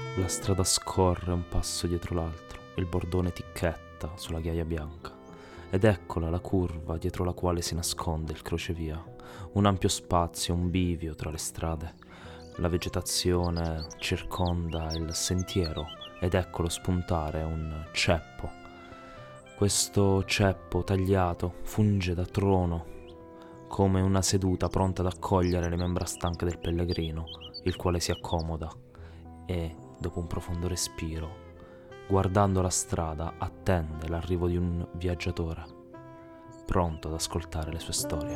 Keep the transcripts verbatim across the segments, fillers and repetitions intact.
La strada scorre un passo dietro l'altro, il bordone ticchetta sulla ghiaia bianca. Ed eccola la curva dietro la quale si nasconde il crocevia, un ampio spazio, un bivio tra le strade. La vegetazione circonda il sentiero ed eccolo spuntare un ceppo. Questo ceppo tagliato funge da trono, come una seduta pronta ad accogliere le membra stanche del pellegrino, il quale si accomoda e, dopo un profondo respiro, guardando la strada, attende l'arrivo di un viaggiatore, pronto ad ascoltare le sue storie.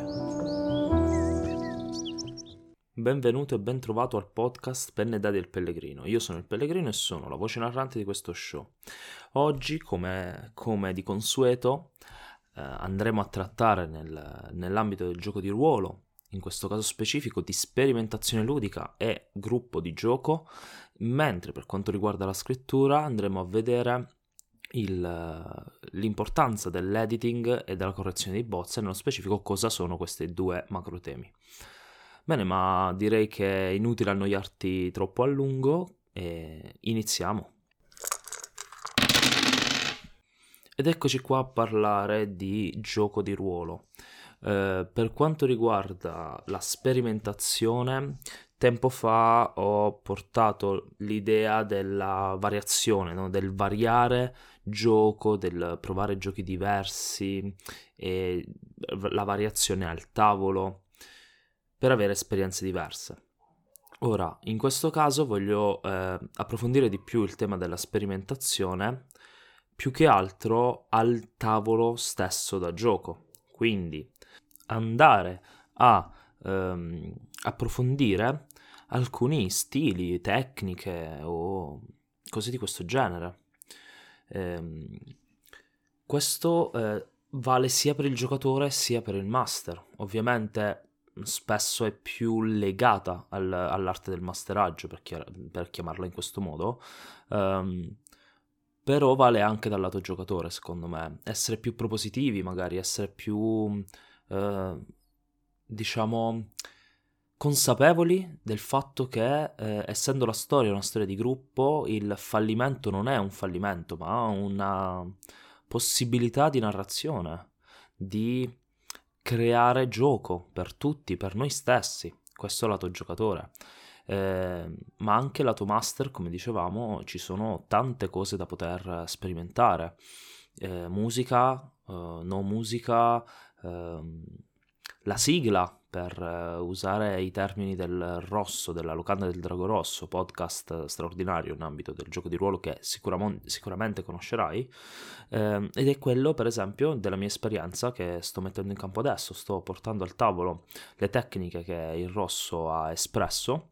Benvenuto e ben trovato al podcast Penne Dadi del Pellegrino. Io sono il Pellegrino e sono la voce narrante di questo show. Oggi, come, come di consueto, eh, andremo a trattare nel, nell'ambito del gioco di ruolo, in questo caso specifico di sperimentazione ludica e gruppo di gioco, mentre per quanto riguarda la scrittura andremo a vedere il, l'importanza dell'editing e della correzione dei bozze, e nello specifico cosa sono questi due macro temi. Bene, ma direi che è inutile annoiarti troppo a lungo e iniziamo. Ed eccoci qua a parlare di gioco di ruolo. Eh, per quanto riguarda la sperimentazione, tempo fa ho portato l'idea della variazione, no? Del variare gioco, del provare giochi diversi e la variazione al tavolo per avere esperienze diverse. Ora, in questo caso voglio eh, approfondire di più il tema della sperimentazione, più che altro al tavolo stesso da gioco. Quindi andare a ehm, approfondire alcuni stili, tecniche o cose di questo genere. Ehm, questo eh, vale sia per il giocatore sia per il master. Ovviamente spesso è più legata al, all'arte del masteraggio, per, chiar- per chiamarla in questo modo, um, però vale anche dal lato giocatore, secondo me. Essere più propositivi, magari, essere più, uh, diciamo, consapevoli del fatto che, eh, essendo la storia una storia di gruppo, il fallimento non è un fallimento, ma una possibilità di narrazione, di creare gioco per tutti, per noi stessi. Questo è lato giocatore. Eh, ma anche lato master, come dicevamo, ci sono tante cose da poter sperimentare. Eh, musica, eh, no musica, ehm, la sigla, per uh, usare i termini del Rosso, della Locanda del Drago Rosso, podcast straordinario in ambito del gioco di ruolo che sicuramente, sicuramente conoscerai, eh, ed è quello, per esempio, della mia esperienza che sto mettendo in campo adesso. Sto portando al tavolo le tecniche che il Rosso ha espresso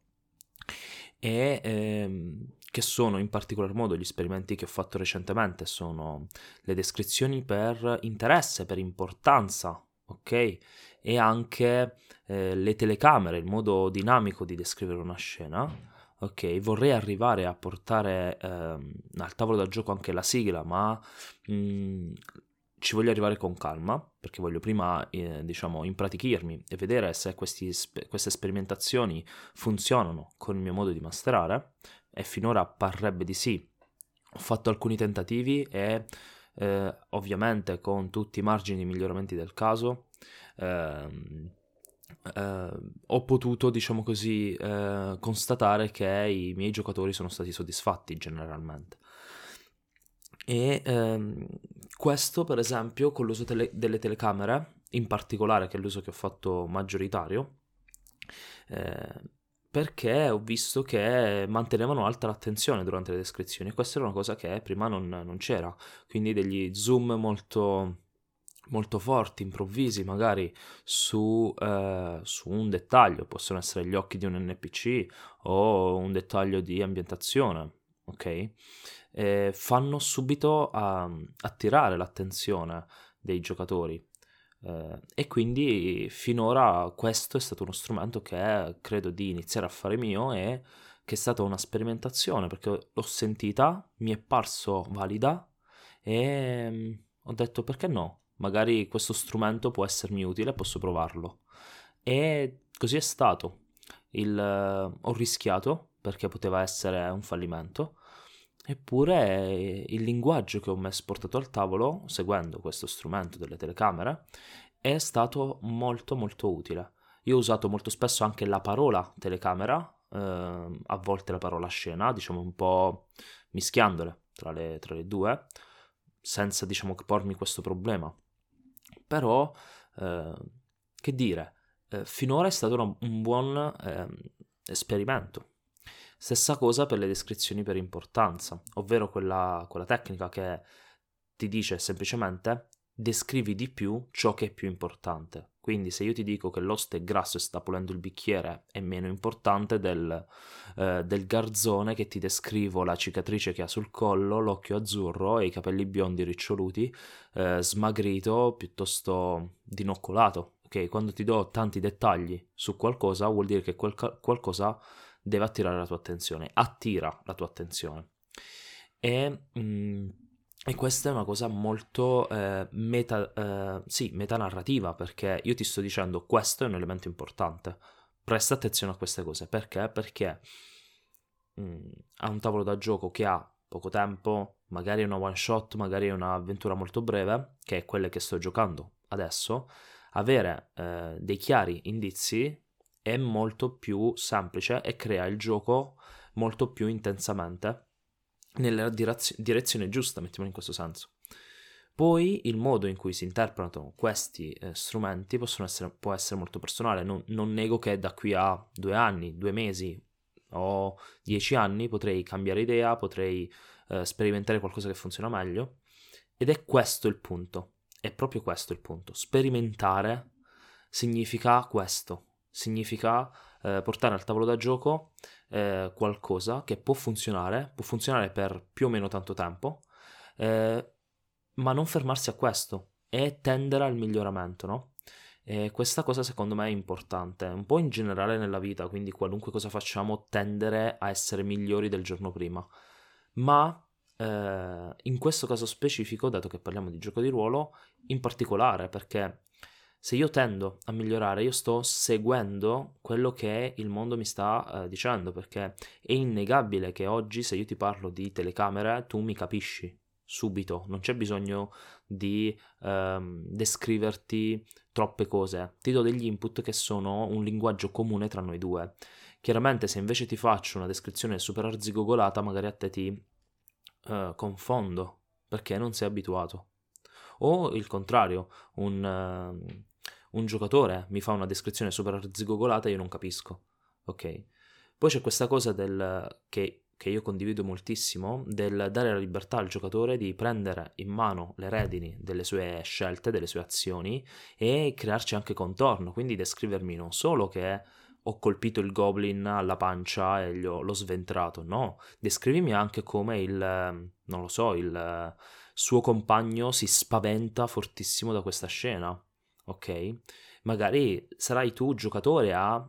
e ehm, che sono in particolar modo gli esperimenti che ho fatto recentemente, sono le descrizioni per interesse, per importanza, ok? E anche eh, le telecamere, il modo dinamico di descrivere una scena. Ok, vorrei arrivare a portare ehm, al tavolo da gioco anche la sigla, ma mh, ci voglio arrivare con calma, perché voglio prima, eh, diciamo, impratichirmi e vedere se questi, queste sperimentazioni funzionano con il mio modo di masterare, e finora parrebbe di sì. Ho fatto alcuni tentativi e eh, ovviamente con tutti i margini di miglioramenti del caso, ehm, eh, ho potuto, diciamo così, eh, constatare che i miei giocatori sono stati soddisfatti generalmente. E ehm, questo, per esempio, con l'uso tele- delle telecamere, in particolare, che è l'uso che ho fatto maggioritario, eh, perché ho visto che mantenevano alta l'attenzione durante le descrizioni, e questa era una cosa che prima non, non c'era, quindi degli zoom molto molto forti, improvvisi, magari su, eh, su un dettaglio, possono essere gli occhi di un N P C o un dettaglio di ambientazione, ok? Eh, fanno subito a, attirare l'attenzione dei giocatori. Eh, e quindi finora questo è stato uno strumento che credo di iniziare a fare mio e che è stata una sperimentazione, perché l'ho sentita, mi è parso valida e mm, ho detto perché no? Magari questo strumento può essermi utile, posso provarlo. E così è stato. Il, eh, ho rischiato perché poteva essere un fallimento, eppure il linguaggio che ho messo portato al tavolo, seguendo questo strumento delle telecamere, è stato molto molto utile. Io ho usato molto spesso anche la parola telecamera, eh, a volte la parola scena, diciamo un po' mischiandole tra le, tra le due, senza diciamo pormi questo problema. Però, eh, che dire, eh, finora è stato una, un buon eh, esperimento. Stessa cosa per le descrizioni per importanza, ovvero quella, quella tecnica che ti dice semplicemente descrivi di più ciò che è più importante. Quindi se io ti dico che l'oste è grasso e sta pulendo il bicchiere è meno importante del, eh, del garzone che ti descrivo la cicatrice che ha sul collo, l'occhio azzurro e i capelli biondi riccioluti, eh, smagrito piuttosto dinoccolato. Ok, quando ti do tanti dettagli su qualcosa vuol dire che quel qualcosa deve attirare la tua attenzione, attira la tua attenzione. E, mm, e questa è una cosa molto eh, meta, eh, sì, metanarrativa, perché io ti sto dicendo questo è un elemento importante, presta attenzione a queste cose. Perché? Perché mm, a un tavolo da gioco che ha poco tempo, magari è una one shot, magari è un'avventura molto breve, che è quelle che sto giocando adesso, avere eh, dei chiari indizi è molto più semplice e crea il gioco molto più intensamente nella direzio- direzione giusta, mettiamolo in questo senso. Poi il modo in cui si interpretano questi eh, strumenti possono essere, può essere molto personale. Non, non nego che da qui a due anni, due mesi o dieci anni potrei cambiare idea, potrei eh, sperimentare qualcosa che funziona meglio. Ed è questo il punto, è proprio questo il punto. Sperimentare significa questo. Significa eh, portare al tavolo da gioco eh, qualcosa che può funzionare, può funzionare per più o meno tanto tempo, eh, ma non fermarsi a questo e tendere al miglioramento, no? E questa cosa secondo me è importante, un po' in generale nella vita, quindi qualunque cosa facciamo tendere a essere migliori del giorno prima, ma eh, in questo caso specifico, dato che parliamo di gioco di ruolo, in particolare perché se io tendo a migliorare, io sto seguendo quello che il mondo mi sta eh, dicendo, perché è innegabile che oggi se io ti parlo di telecamere, tu mi capisci subito, non c'è bisogno di ehm, descriverti troppe cose, ti do degli input che sono un linguaggio comune tra noi due. Chiaramente se invece ti faccio una descrizione super arzigogolata, magari a te ti eh, confondo, perché non sei abituato. O il contrario, un, uh, un giocatore mi fa una descrizione super arzigogolata e io non capisco, ok? Poi c'è questa cosa del, che, che io condivido moltissimo, del dare la libertà al giocatore di prendere in mano le redini delle sue scelte, delle sue azioni e crearci anche contorno, quindi descrivermi non solo che ho colpito il goblin alla pancia e gli ho, l'ho sventrato, no, descrivimi anche come il, non lo so, il suo compagno si spaventa fortissimo da questa scena, ok? Magari sarai tu, giocatore, a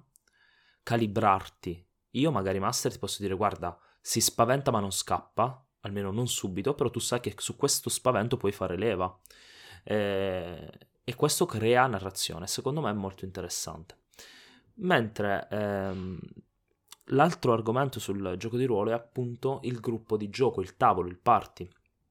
calibrarti. Io, magari master, ti posso dire, guarda, si spaventa ma non scappa, almeno non subito, però tu sai che su questo spavento puoi fare leva. Eh, e questo crea narrazione, secondo me è molto interessante. Mentre ehm, l'altro argomento sul gioco di ruolo è appunto il gruppo di gioco, il tavolo, il party,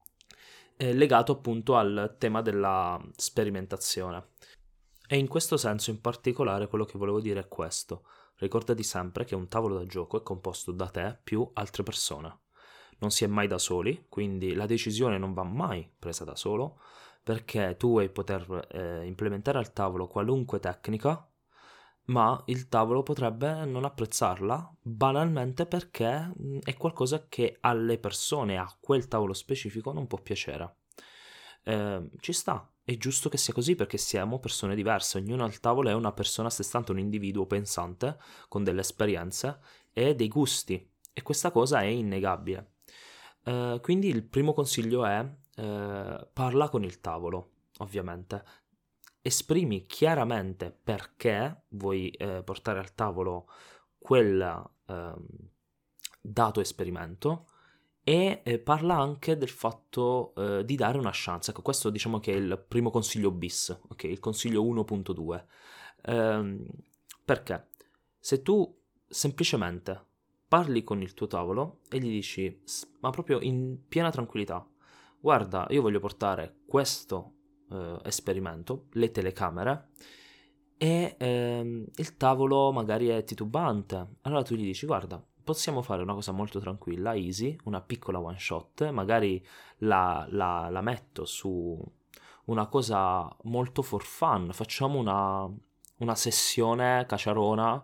eh, legato appunto al tema della sperimentazione. E in questo senso in particolare quello che volevo dire è questo: ricordati sempre che un tavolo da gioco è composto da te più altre persone. Non si è mai da soli, quindi la decisione non va mai presa da solo, perché tu vuoi poter eh, implementare al tavolo qualunque tecnica, ma il tavolo potrebbe non apprezzarla banalmente perché mh, è qualcosa che alle persone, a quel tavolo specifico, non può piacere. Eh, ci sta, è giusto che sia così perché siamo persone diverse, ognuno al tavolo è una persona a sé stante, un individuo pensante con delle esperienze e dei gusti, e questa cosa è innegabile. Eh, quindi il primo consiglio è eh, parla con il tavolo, ovviamente. Esprimi chiaramente perché vuoi eh, portare al tavolo quel eh, dato esperimento, e eh, parla anche del fatto eh, di dare una chance. Ecco, questo diciamo che è il primo consiglio bis, ok? Il consiglio uno punto due. Ehm, perché? Se tu semplicemente parli con il tuo tavolo e gli dici, ma proprio in piena tranquillità, guarda, io voglio portare questo eh, esperimento, le telecamere, e ehm, il tavolo magari è titubante. Allora tu gli dici, guarda, possiamo fare una cosa molto tranquilla, easy, una piccola one shot, magari la, la, la metto su una cosa molto for fun, facciamo una, una sessione caciarona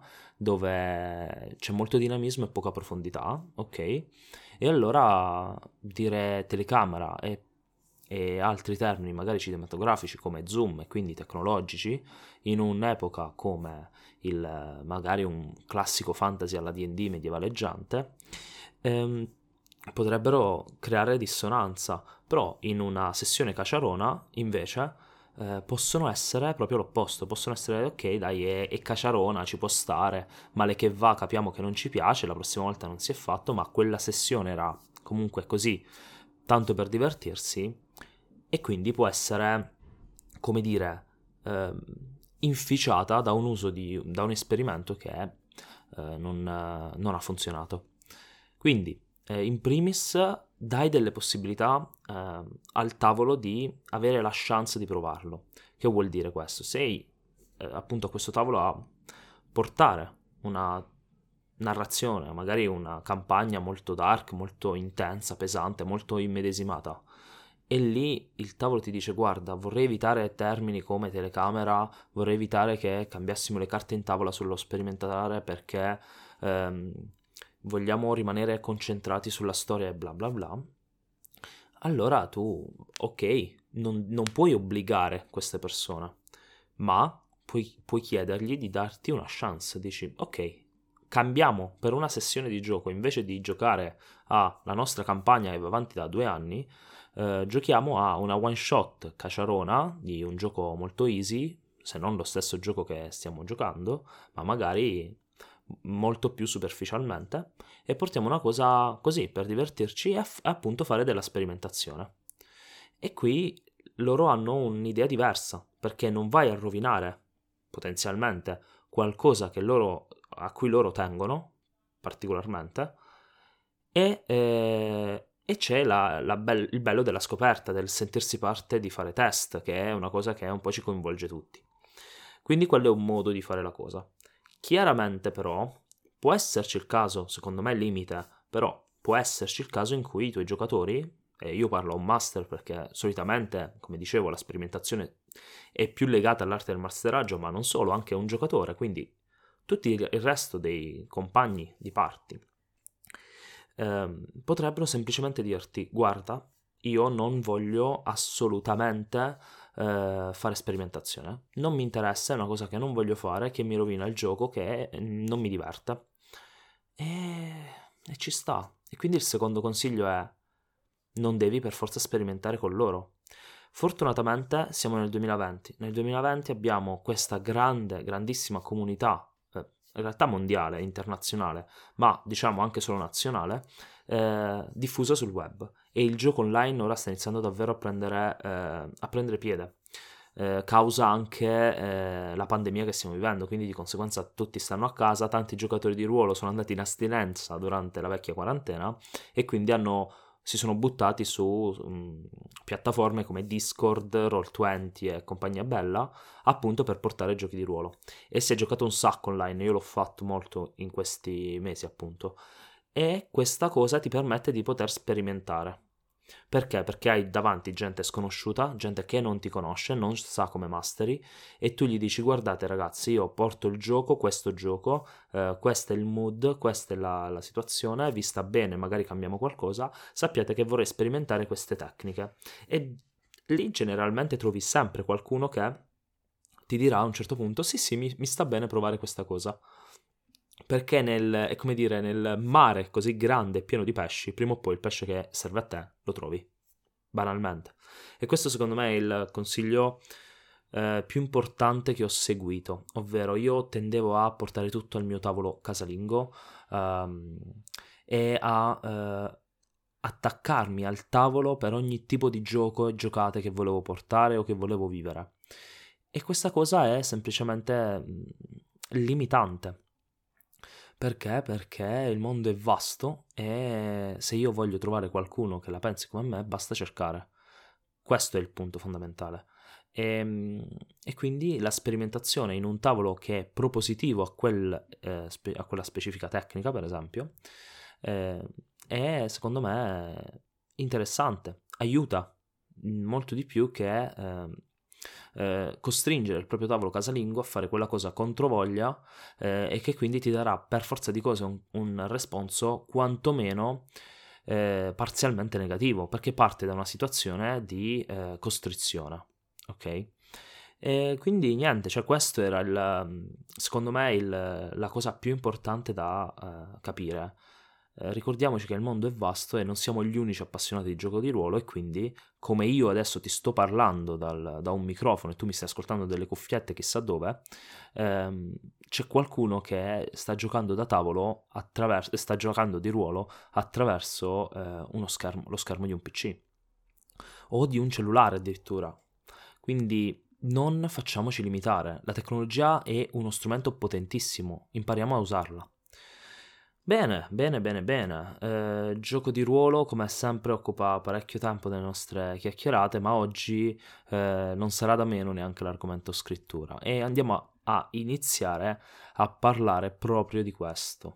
dove c'è molto dinamismo e poca profondità, ok? E allora dire telecamera e, e altri termini magari cinematografici come zoom e quindi tecnologici in un'epoca come il, magari un classico fantasy alla D and D medievaleggiante, ehm, potrebbero creare dissonanza, però in una sessione caciarona invece eh, possono essere proprio l'opposto, possono essere ok dai è, è caciarona, ci può stare, male che va capiamo che non ci piace, la prossima volta non si è fatto, ma quella sessione era comunque così, tanto per divertirsi, e quindi può essere, come dire, eh, inficiata da un uso di, da un esperimento che eh, non, eh, non ha funzionato. Quindi, eh, in primis, dai delle possibilità eh, al tavolo di avere la chance di provarlo. Che vuol dire questo? Sei eh, appunto a questo tavolo a portare una narrazione, magari una campagna molto dark, molto intensa, pesante, molto immedesimata. E lì il tavolo ti dice, guarda, vorrei evitare termini come telecamera, vorrei evitare che cambiassimo le carte in tavola sullo sperimentare perché ehm, vogliamo rimanere concentrati sulla storia e bla bla bla. Allora tu, ok, non, non puoi obbligare queste persone, ma puoi, puoi chiedergli di darti una chance. Dici, ok, cambiamo per una sessione di gioco, invece di giocare alla nostra campagna che va avanti da due anni, eh, giochiamo a una one shot caciarona di un gioco molto easy, se non lo stesso gioco che stiamo giocando, ma magari molto più superficialmente, e portiamo una cosa così per divertirci e f- appunto fare della sperimentazione. E qui loro hanno un'idea diversa, perché non vai a rovinare potenzialmente qualcosa che loro, a cui loro tengono particolarmente, e, eh, e c'è la, la bel- il bello della scoperta, del sentirsi parte di fare test, che è una cosa che un po' ci coinvolge tutti. Quindi quello è un modo di fare la cosa. Chiaramente però può esserci il caso, secondo me limite, però può esserci il caso in cui i tuoi giocatori, e io parlo a un master perché solitamente, come dicevo, la sperimentazione è più legata all'arte del masteraggio, ma non solo, anche a un giocatore, quindi tutti il resto dei compagni di party ehm, potrebbero semplicemente dirti, guarda, io non voglio assolutamente eh, fare sperimentazione, non mi interessa, è una cosa che non voglio fare, che mi rovina il gioco, che non mi diverte. E, e ci sta. E quindi il secondo consiglio è, non devi per forza sperimentare con loro. Fortunatamente siamo nel duemilaventi. Nel duemilaventi abbiamo questa grande, grandissima comunità, eh, in realtà mondiale, internazionale, ma diciamo anche solo nazionale, eh, diffusa sul web. E il gioco online ora sta iniziando davvero a prendere, eh, a prendere piede. Eh, causa anche eh, la pandemia che stiamo vivendo, quindi di conseguenza tutti stanno a casa, tanti giocatori di ruolo sono andati in astinenza durante la vecchia quarantena e quindi hanno si sono buttati su um, piattaforme come Discord, roll venti e compagnia bella, appunto per portare giochi di ruolo. E si è giocato un sacco online, io l'ho fatto molto in questi mesi appunto. E questa cosa ti permette di poter sperimentare. Perché? Perché hai davanti gente sconosciuta, gente che non ti conosce, non sa come masteri, e tu gli dici guardate ragazzi, io porto il gioco, questo gioco, eh, questo è il mood, questa è la, la situazione, vi sta bene, magari cambiamo qualcosa, sappiate che vorrei sperimentare queste tecniche. E lì generalmente trovi sempre qualcuno che ti dirà a un certo punto sì sì mi, mi sta bene provare questa cosa. Perché nel, è come dire, nel mare così grande e pieno di pesci, prima o poi il pesce che serve a te lo trovi, banalmente. E questo secondo me è il consiglio eh, più importante che ho seguito, ovvero io tendevo a portare tutto al mio tavolo casalingo ehm, e a eh, attaccarmi al tavolo per ogni tipo di gioco e giocate che volevo portare o che volevo vivere. E questa cosa è semplicemente mh, limitante. Perché? Perché il mondo è vasto e se io voglio trovare qualcuno che la pensi come me, basta cercare. Questo è il punto fondamentale. E, e quindi la sperimentazione in un tavolo che è propositivo a, quel, eh, spe- a quella specifica tecnica, per esempio, eh, è secondo me interessante, aiuta molto di più che eh, eh, costringere il proprio tavolo casalingo a fare quella cosa controvoglia eh, e che quindi ti darà per forza di cose un, un responso quantomeno eh, parzialmente negativo, perché parte da una situazione di eh, costrizione, ok? E quindi niente, cioè questo era il, secondo me il, la cosa più importante da eh, capire. Eh, ricordiamoci che il mondo è vasto e non siamo gli unici appassionati di gioco di ruolo e quindi come io adesso ti sto parlando dal, da un microfono e tu mi stai ascoltando delle cuffiette chissà dove, ehm, c'è qualcuno che sta giocando da tavolo attraverso, sta giocando di ruolo attraverso eh, uno schermo, lo schermo di un P C o di un cellulare addirittura. Quindi non facciamoci limitare, la tecnologia è uno strumento potentissimo, impariamo a usarla. Bene, bene, bene, bene. Eh, gioco di ruolo, come sempre, occupa parecchio tempo delle nostre chiacchierate, ma oggi eh, non sarà da meno neanche l'argomento scrittura. E andiamo a, a iniziare a parlare proprio di questo.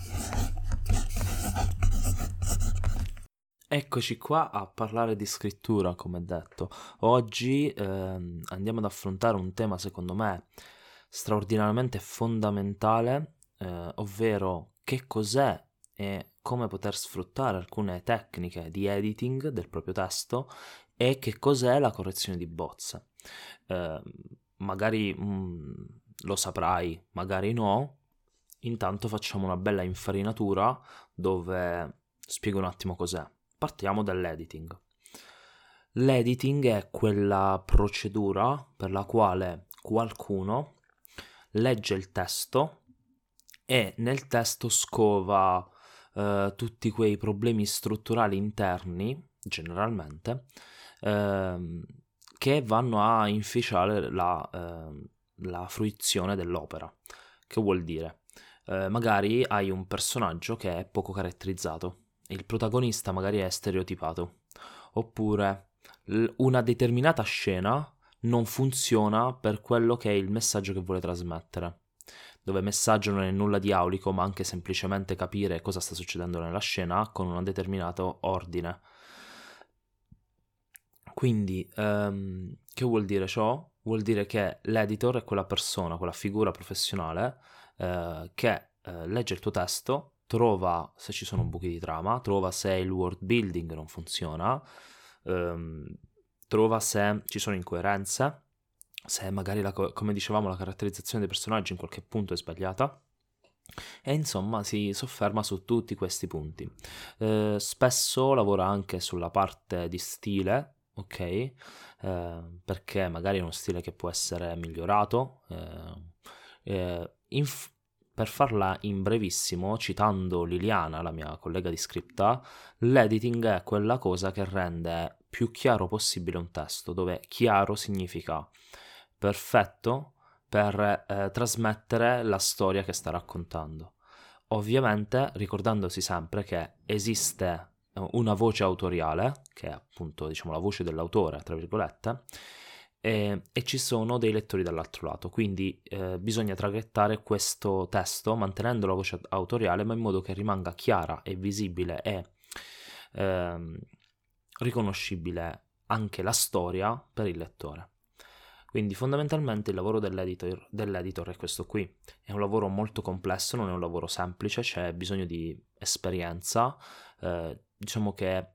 Eccoci qua a parlare di scrittura, come detto. Oggi ehm, andiamo ad affrontare un tema, secondo me, straordinariamente fondamentale, eh, ovvero che cos'è e come poter sfruttare alcune tecniche di editing del proprio testo e che cos'è la correzione di bozze. Eh, magari mm, lo saprai, magari no. Intanto facciamo una bella infarinatura dove spiego un attimo cos'è. Partiamo dall'editing. L'editing è quella procedura per la quale qualcuno legge il testo e nel testo scova eh, tutti quei problemi strutturali interni, generalmente, ehm, che vanno a inficiare la, ehm, la fruizione dell'opera. Che vuol dire? Eh, magari hai un personaggio che è poco caratterizzato, il protagonista magari è stereotipato, oppure l- una determinata scena non funziona per quello che è il messaggio che vuole trasmettere, dove messaggio non è nulla di aulico, ma anche semplicemente capire cosa sta succedendo nella scena con un determinato ordine. Quindi, ehm, che vuol dire ciò? Vuol dire che l'editor è quella persona, quella figura professionale eh, che eh, legge il tuo testo, trova se ci sono buchi di trama, trova se il world building non funziona, ehm, trova se ci sono incoerenze, se magari, la, come dicevamo, la caratterizzazione dei personaggi in qualche punto è sbagliata. E insomma si sofferma su tutti questi punti. Eh, spesso lavora anche sulla parte di stile, ok? Eh, perché magari è uno stile che può essere migliorato. Eh, eh, inf- per farla in brevissimo, citando Liliana, la mia collega di Scripta, l'editing è quella cosa che rende più chiaro possibile un testo, dove chiaro significa perfetto per eh, trasmettere la storia che sta raccontando. Ovviamente ricordandosi sempre che esiste eh, una voce autoriale, che è appunto diciamo la voce dell'autore, tra virgolette, e, e ci sono dei lettori dall'altro lato, quindi eh, bisogna traghettare questo testo mantenendo la voce autoriale, ma in modo che rimanga chiara e visibile e ehm, riconoscibile anche la storia per il lettore. Quindi fondamentalmente il lavoro dell'editor, dell'editor è questo qui, è un lavoro molto complesso, non è un lavoro semplice, c'è bisogno di esperienza, eh, diciamo che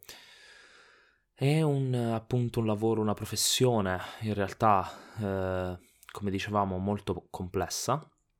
è un, appunto un lavoro, una professione in realtà, eh, come dicevamo, molto complessa,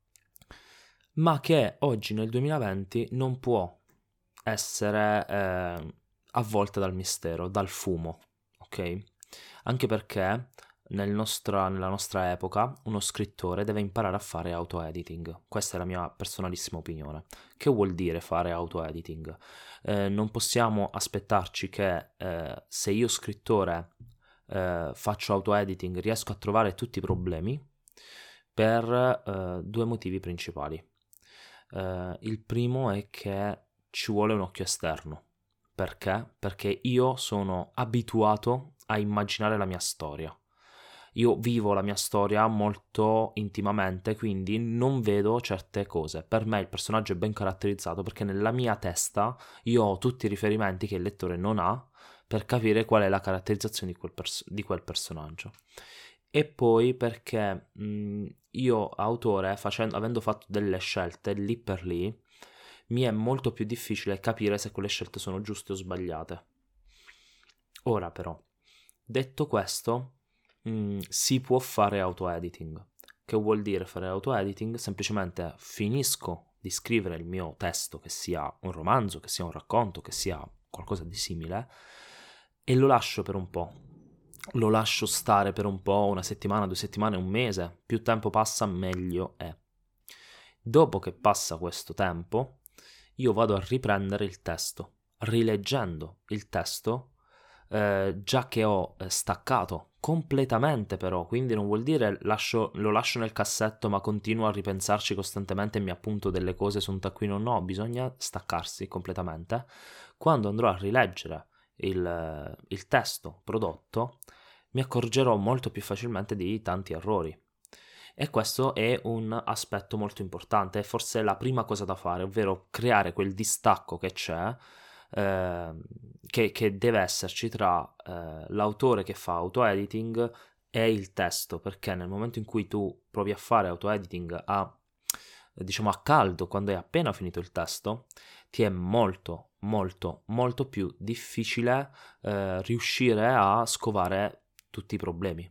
ma che oggi nel duemilaventi non può essere eh, avvolta dal mistero, dal fumo, ok? Anche perché nel nostra, nella nostra epoca uno scrittore deve imparare a fare auto-editing. Questa è la mia personalissima opinione. Che vuol dire fare auto-editing? Eh, non possiamo aspettarci che eh, se io scrittore eh, faccio auto-editing riesco a trovare tutti i problemi per eh, due motivi principali. Eh, il primo è che ci vuole un occhio esterno. Perché? Perché io sono abituato a immaginare la mia storia. Io vivo la mia storia molto intimamente, quindi non vedo certe cose. Per me il personaggio è ben caratterizzato perché nella mia testa io ho tutti i riferimenti che il lettore non ha per capire qual è la caratterizzazione di quel, pers- di quel personaggio. E poi perché mh, io, autore, facendo, avendo fatto delle scelte lì per lì, mi è molto più difficile capire se quelle scelte sono giuste o sbagliate. Ora però, detto questo, mh, si può fare auto-editing. Che vuol dire fare auto-editing? Semplicemente finisco di scrivere il mio testo, che sia un romanzo, che sia un racconto, che sia qualcosa di simile, e lo lascio per un po'. Lo lascio stare per un po', una settimana, due settimane, un mese. Più tempo passa, meglio è. Dopo che passa questo tempo, io vado a riprendere il testo, rileggendo il testo, eh, già che ho eh, staccato completamente però, quindi non vuol dire lascio, lo lascio nel cassetto ma continuo a ripensarci costantemente e mi appunto delle cose su un taccuino, no, bisogna staccarsi completamente. Quando andrò a rileggere il, il testo prodotto, mi accorgerò molto più facilmente di tanti errori. E questo è un aspetto molto importante, è forse la prima cosa da fare, ovvero creare quel distacco che c'è, eh, che, che deve esserci tra eh, l'autore che fa auto-editing e il testo, perché nel momento in cui tu provi a fare auto-editing a, diciamo, a caldo, quando hai appena finito il testo, ti è molto, molto, molto più difficile eh, riuscire a scovare tutti i problemi.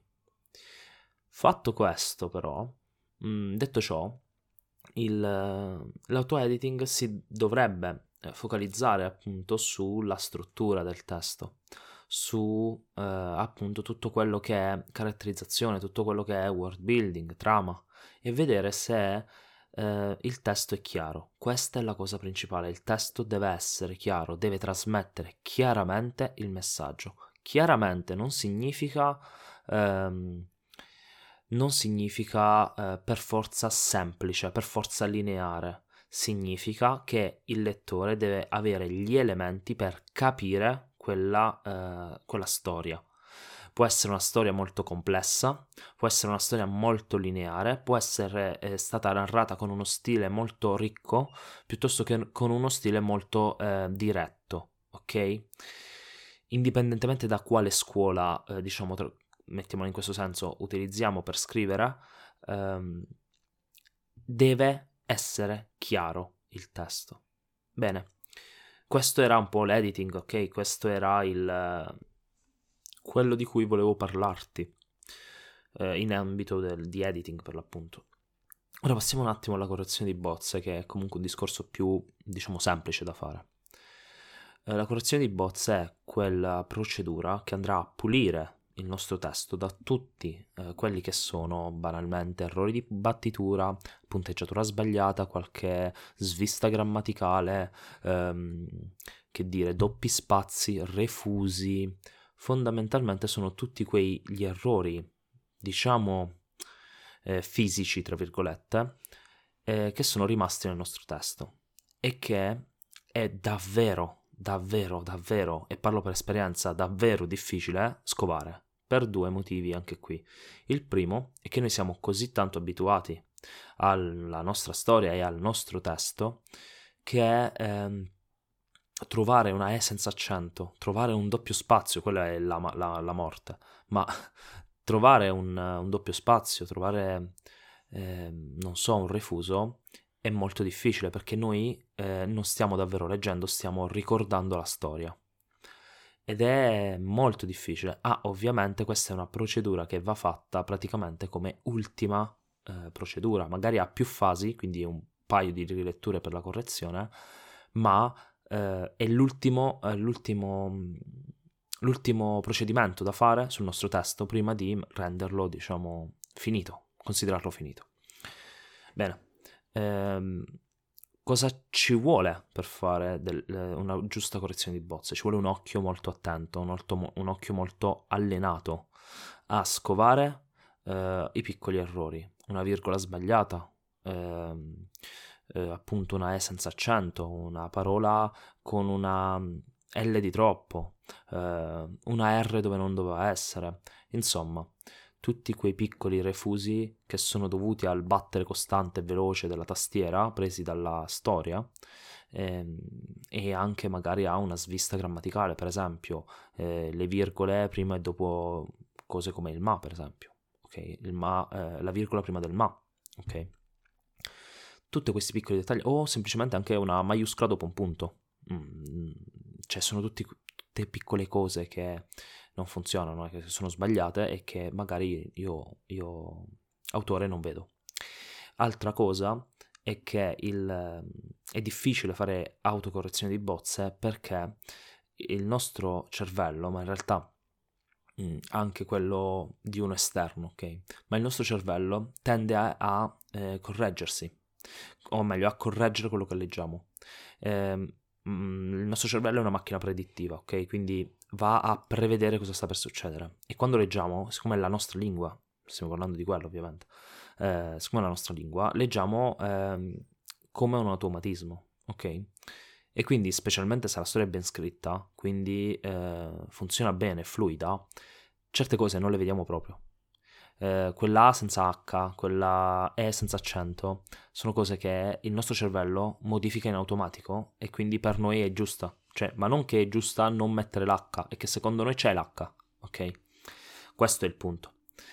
Fatto questo, però, mh, detto ciò, il, l'auto-editing si dovrebbe focalizzare appunto sulla struttura del testo, su eh, appunto tutto quello che è caratterizzazione, tutto quello che è world building, trama, e vedere se eh, il testo è chiaro. Questa è la cosa principale, il testo deve essere chiaro, deve trasmettere chiaramente il messaggio. Chiaramente non significa... ehm, non significa eh, per forza semplice, per forza lineare. Significa che il lettore deve avere gli elementi per capire quella, eh, quella storia. Può essere una storia molto complessa, può essere una storia molto lineare, può essere eh, stata narrata con uno stile molto ricco, piuttosto che con uno stile molto eh, diretto, ok? Indipendentemente da quale scuola, eh, diciamo, tra- mettiamolo in questo senso, utilizziamo per scrivere, ehm, deve essere chiaro il testo. Bene, questo era un po' l'editing, ok? Questo era il quello di cui volevo parlarti eh, in ambito del, di editing per l'appunto. Ora passiamo un attimo alla correzione di bozze, che è comunque un discorso più, diciamo, semplice da fare. Eh, la correzione di bozze è quella procedura che andrà a pulire il nostro testo da tutti eh, quelli che sono banalmente errori di battitura, punteggiatura sbagliata, qualche svista grammaticale, ehm, che dire, doppi spazi, refusi. Fondamentalmente sono tutti quegli errori, diciamo, eh, fisici, tra virgolette, eh, che sono rimasti nel nostro testo e che è davvero, davvero, davvero, e parlo per esperienza, davvero difficile scovare, per due motivi anche qui. Il primo è che noi siamo così tanto abituati alla nostra storia e al nostro testo che ehm, trovare una E senza accento, trovare un doppio spazio, quella è la, la, la morte, ma trovare un, un doppio spazio, trovare, eh, non so, un refuso è molto difficile perché noi eh, non stiamo davvero leggendo, stiamo ricordando la storia. Ed è molto difficile. Ah, ovviamente questa è una procedura che va fatta praticamente come ultima eh, procedura, magari ha più fasi, quindi un paio di riletture per la correzione, ma eh, è l'ultimo, eh, l'ultimo, l'ultimo procedimento da fare sul nostro testo prima di renderlo, diciamo, finito, considerarlo finito. Bene, ehm, cosa ci vuole per fare del, eh, una giusta correzione di bozze? Ci vuole un occhio molto attento, un, olto, un occhio molto allenato a scovare eh, i piccoli errori, una virgola sbagliata, ehm, eh, appunto una E senza accento, una parola con una L di troppo, eh, una R dove non doveva essere, insomma, tutti quei piccoli refusi che sono dovuti al battere costante e veloce della tastiera, presi dalla storia, ehm, e anche magari a una svista grammaticale, per esempio, eh, le virgole prima e dopo cose come il ma, per esempio, ok? Il ma, eh, la virgola prima del ma, ok? Tutti questi piccoli dettagli, o semplicemente anche una maiuscola dopo un punto. Mm, cioè sono tutti, tutte piccole cose che non funzionano, che sono sbagliate e che magari io, io autore non vedo. Altra cosa è che il, è difficile fare autocorrezione di bozze perché il nostro cervello, ma in realtà mh, anche quello di uno esterno, ok? Ma il nostro cervello tende a, a eh, correggersi, o meglio a correggere quello che leggiamo. Eh, mh, il nostro cervello è una macchina predittiva, ok? Quindi va a prevedere cosa sta per succedere. E quando leggiamo, siccome è la nostra lingua, stiamo parlando di quello ovviamente, eh, siccome è la nostra lingua, leggiamo ehm, come un automatismo, ok? E quindi, specialmente se la storia è ben scritta, quindi eh, funziona bene, è fluida, certe cose non le vediamo proprio. Eh, quella A senza H, quella E senza accento, sono cose che il nostro cervello modifica in automatico e quindi per noi è giusta. Cioè, ma non che è giusta non mettere l'H, è che secondo noi c'è l'H, ok? Questo è il punto.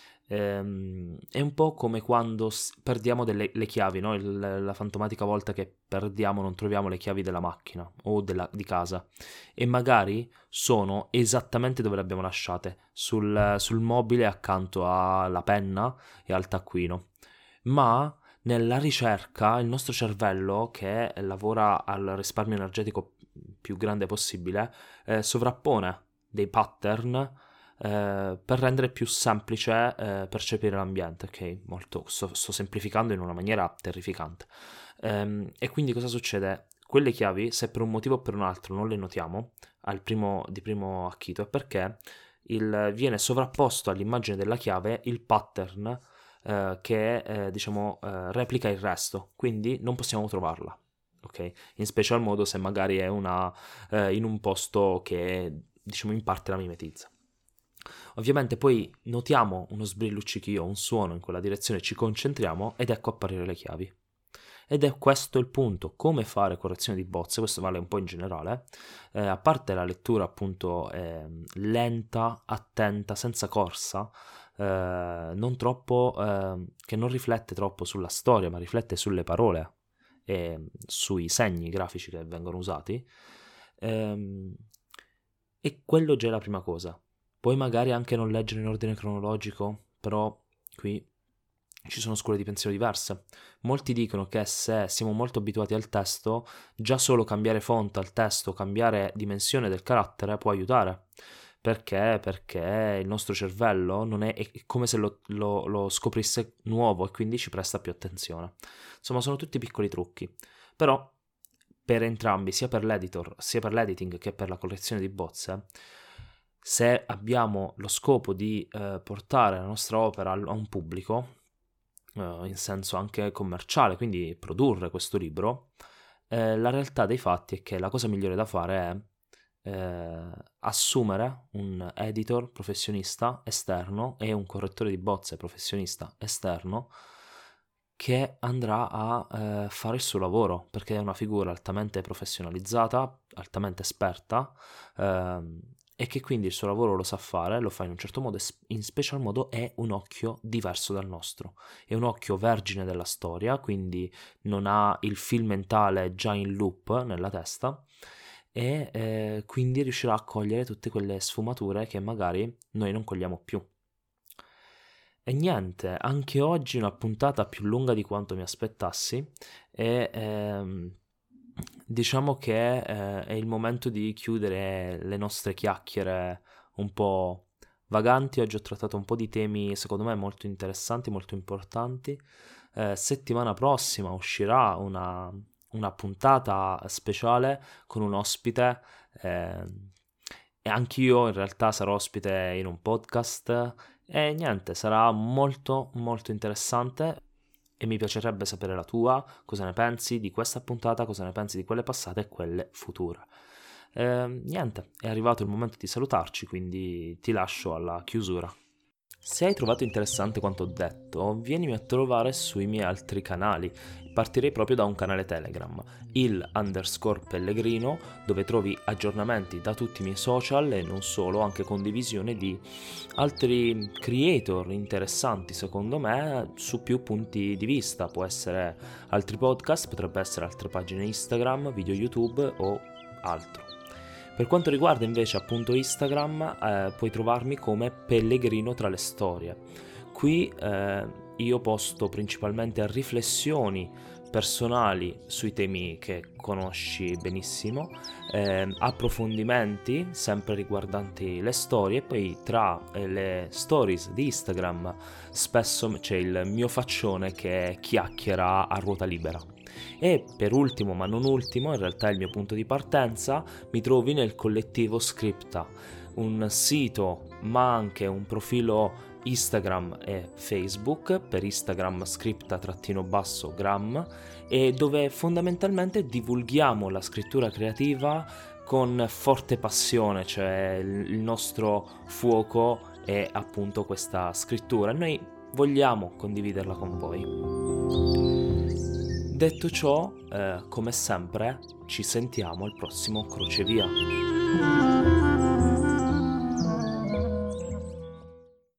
Ehm, è un po' come quando s- perdiamo delle, le chiavi, no? Il- la fantomatica volta che perdiamo, non troviamo le chiavi della macchina o della- di casa e magari sono esattamente dove le abbiamo lasciate, sul, sul mobile accanto alla penna e al taccuino. Ma nella ricerca il nostro cervello, che lavora al risparmio energetico più grande possibile, eh, sovrappone dei pattern eh, per rendere più semplice eh, percepire l'ambiente, ok? Molto, sto, sto semplificando in una maniera terrificante. Ehm, e quindi cosa succede? Quelle chiavi, se per un motivo o per un altro non le notiamo al primo, di primo acchito, è perché il, viene sovrapposto all'immagine della chiave il pattern eh, che eh, diciamo eh, replica il resto, quindi non possiamo trovarla. Ok? In special modo se magari è una, eh, in un posto che diciamo in parte la mimetizza. Ovviamente poi notiamo uno sbrilluccichio, un suono in quella direzione, ci concentriamo ed ecco apparire le chiavi. Ed è questo il punto, come fare correzione di bozze, questo vale un po' in generale, eh, a parte la lettura appunto eh, lenta, attenta, senza corsa, eh, non troppo, eh, che non riflette troppo sulla storia, ma riflette sulle parole e sui segni grafici che vengono usati, ehm, e quello già è la prima cosa. Puoi magari anche non leggere in ordine cronologico, però qui ci sono scuole di pensiero diverse. Molti dicono che se siamo molto abituati al testo, già solo cambiare font al testo, cambiare dimensione del carattere può aiutare. Perché? Perché il nostro cervello non è, è come se lo, lo, lo scoprisse nuovo e quindi ci presta più attenzione. Insomma, sono tutti piccoli trucchi. Però per entrambi, sia per l'editor, sia per l'editing che per la correzione di bozze, se abbiamo lo scopo di eh, portare la nostra opera a un pubblico, eh, in senso anche commerciale, quindi produrre questo libro, eh, la realtà dei fatti è che la cosa migliore da fare è eh, assumere un editor professionista esterno e un correttore di bozze professionista esterno che andrà a eh, fare il suo lavoro perché è una figura altamente professionalizzata, altamente esperta, ehm, e che quindi il suo lavoro lo sa fare, lo fa in un certo modo e in special modo è un occhio diverso dal nostro, è un occhio vergine della storia, quindi non ha il fil mentale già in loop nella testa e eh, quindi riuscirà a cogliere tutte quelle sfumature che magari noi non cogliamo più. E niente, anche oggi una puntata più lunga di quanto mi aspettassi e ehm, diciamo che eh, è il momento di chiudere le nostre chiacchiere un po' vaganti. Oggi ho trattato un po' di temi secondo me molto interessanti, molto importanti. Eh, settimana prossima uscirà una, una puntata speciale con un ospite eh, e anch'io in realtà sarò ospite in un podcast e niente, sarà molto molto interessante e mi piacerebbe sapere la tua, cosa ne pensi di questa puntata, cosa ne pensi di quelle passate e quelle future. Eh, niente, è arrivato il momento di salutarci, quindi ti lascio alla chiusura. Se hai trovato interessante quanto ho detto, vienimi a trovare sui miei altri canali. Partirei proprio da un canale Telegram, il underscore Pellegrino, dove trovi aggiornamenti da tutti i miei social e non solo, anche condivisione di altri creator interessanti secondo me su più punti di vista. Può essere altri podcast, potrebbe essere altre pagine Instagram, video YouTube o altro. Per quanto riguarda invece appunto Instagram, eh, puoi trovarmi come Pellegrino tra le storie. Qui eh, io posto principalmente riflessioni personali sui temi che conosci benissimo, eh, approfondimenti sempre riguardanti le storie, e poi tra eh, le stories di Instagram spesso c'è il mio faccione che chiacchiera a ruota libera. E per ultimo ma non ultimo, in realtà è il mio punto di partenza, mi trovi nel collettivo Scripta, un sito ma anche un profilo Instagram e Facebook, per Instagram scripta-gram, e dove fondamentalmente divulghiamo la scrittura creativa con forte passione, cioè il nostro fuoco è appunto questa scrittura e noi vogliamo condividerla con voi. Detto ciò, eh, come sempre, ci sentiamo al prossimo crocevia.